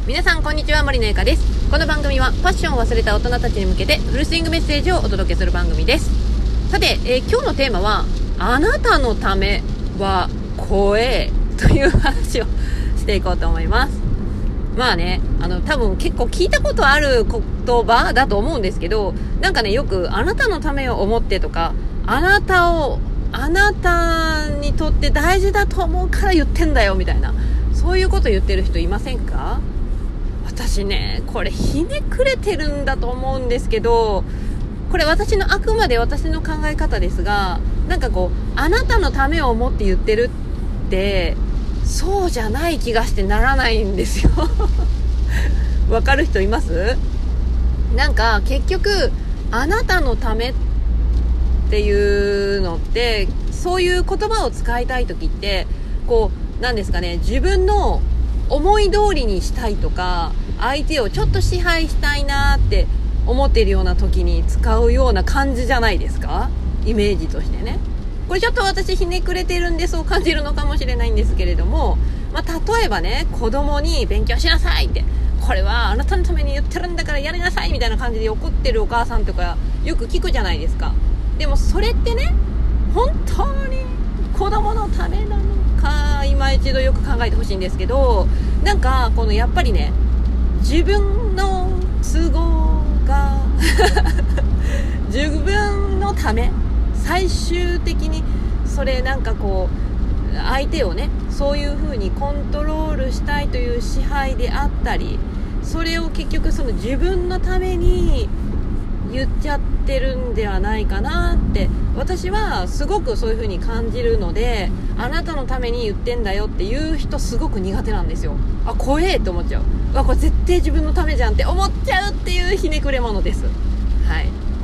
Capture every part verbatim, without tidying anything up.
皆さんこんにちは、森のゆかです。この番組はパッションを忘れた大人たちに向けてフルスイングメッセージをお届けする番組です。さて、えー、今日のテーマはあなたのためは怖えという話をしていこうと思います。まあね、あの多分結構聞いたことある言葉だと思うんですけど、なんかね、よくあなたのためを思ってとか、あなたをあなたにとって大事だと思うから言ってんだよみたいな、そういうこと言ってる人いませんか？私ね、これひねくれてるんだと思うんですけど、これ私のあくまで私の考え方ですが、なんかこうあなたのためを思って言ってるってそうじゃない気がしてならないんですよわかる人います？なんか結局あなたのためっていうのって、そういう言葉を使いたい時ってこうなんですかね、自分の思い通りにしたいとか、相手をちょっと支配したいなって思っているような時に使うような感じじゃないですか、イメージとしてね。これちょっと私ひねくれてるんでそう感じるのかもしれないんですけれども、まあ、例えばね、子供に勉強しなさいって、これはあなたのために言ってるんだからやりなさいみたいな感じで怒ってるお母さんとかよく聞くじゃないですか。でもそれってね、本当に子供のためなのか今一度よく考えてほしいんですけど、なんかこのやっぱりね、自分の都合が自分のため、最終的にそれなんかこう相手をね、そういう風にコントロールしたいという支配であったり、それを結局その自分のために言っちゃってるんではないかなって私はすごくそういう風に感じるので、あなたのために言ってんだよっていう人すごく苦手なんですよ。あ、怖えって思っちゃう。あ、これ絶対自分のためじゃんって思っちゃうっていうひねくれ者です。はい、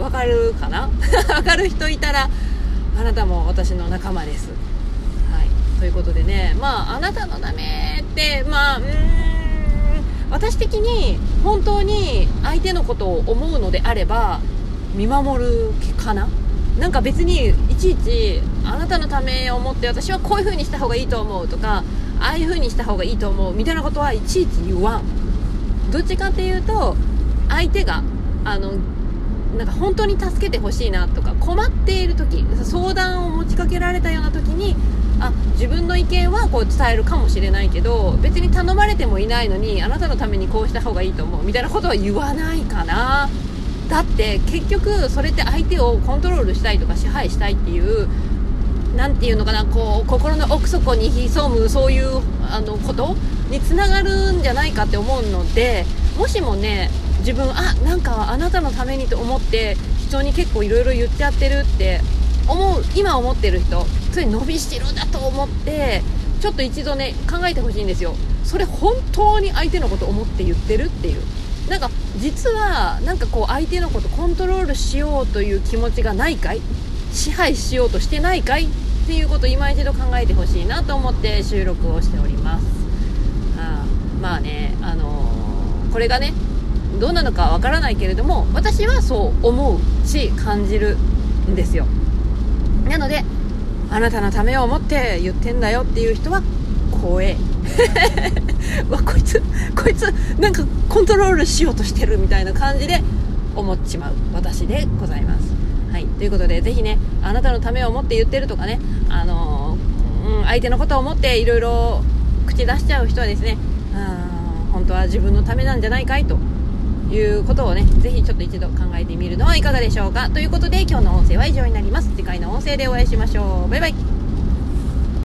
わかるかなわかる人いたらあなたも私の仲間です。はい、ということでね、まああなたのためってまあうーん私的に本当に相手のことを思うのであれば見守るかな。なんか別にいちいちあなたのためを思って私はこういう風にした方がいいと思うとか、ああいう風にした方がいいと思うみたいなことはいちいち言わん。どっちかっていうと、相手があのなんか本当に助けてほしいなとか、困っている時、相談を持ちかけられたような時に、あ、自分の意見はこう伝えるかもしれないけど、別に頼まれてもいないのにあなたのためにこうした方がいいと思うみたいなことは言わないかな。だって結局それって相手をコントロールしたいとか支配したいっていう、なんていうのかな、こう心の奥底に潜むそういうあのことにつながるんじゃないかって思うので、もしもね、自分あなんかあなたのためにと思って人に結構いろいろ言っちゃってるって思う、今思ってる人、それ伸びしろだと思ってちょっと一度ね考えてほしいんですよ。それ本当に相手のこと思って言ってるっていう、なんか実はなんかこう相手のことコントロールしようという気持ちがないかい、支配しようとしてないかいっていうことを今一度考えてほしいなと思って収録をしております。あまあね、あのー、これがねどうなのかわからないけれども、私はそう思うし感じるんですよ。なのであなたのためを思って言ってんだよっていう人は怖えわ、こいつこいつなんかコントロールしようとしてるみたいな感じで思っちまう私でございます。はい、ということでぜひね、あなたのためを思って言ってるとかね、あのーうん、相手のことを思っていろいろ口出しちゃう人はですね、あ本当は自分のためなんじゃないかいということをね、ぜひちょっと一度考えてみるのはいかがでしょうか。ということで今日の音声は以上になります。次回の音声でお会いしましょう。バイバイ。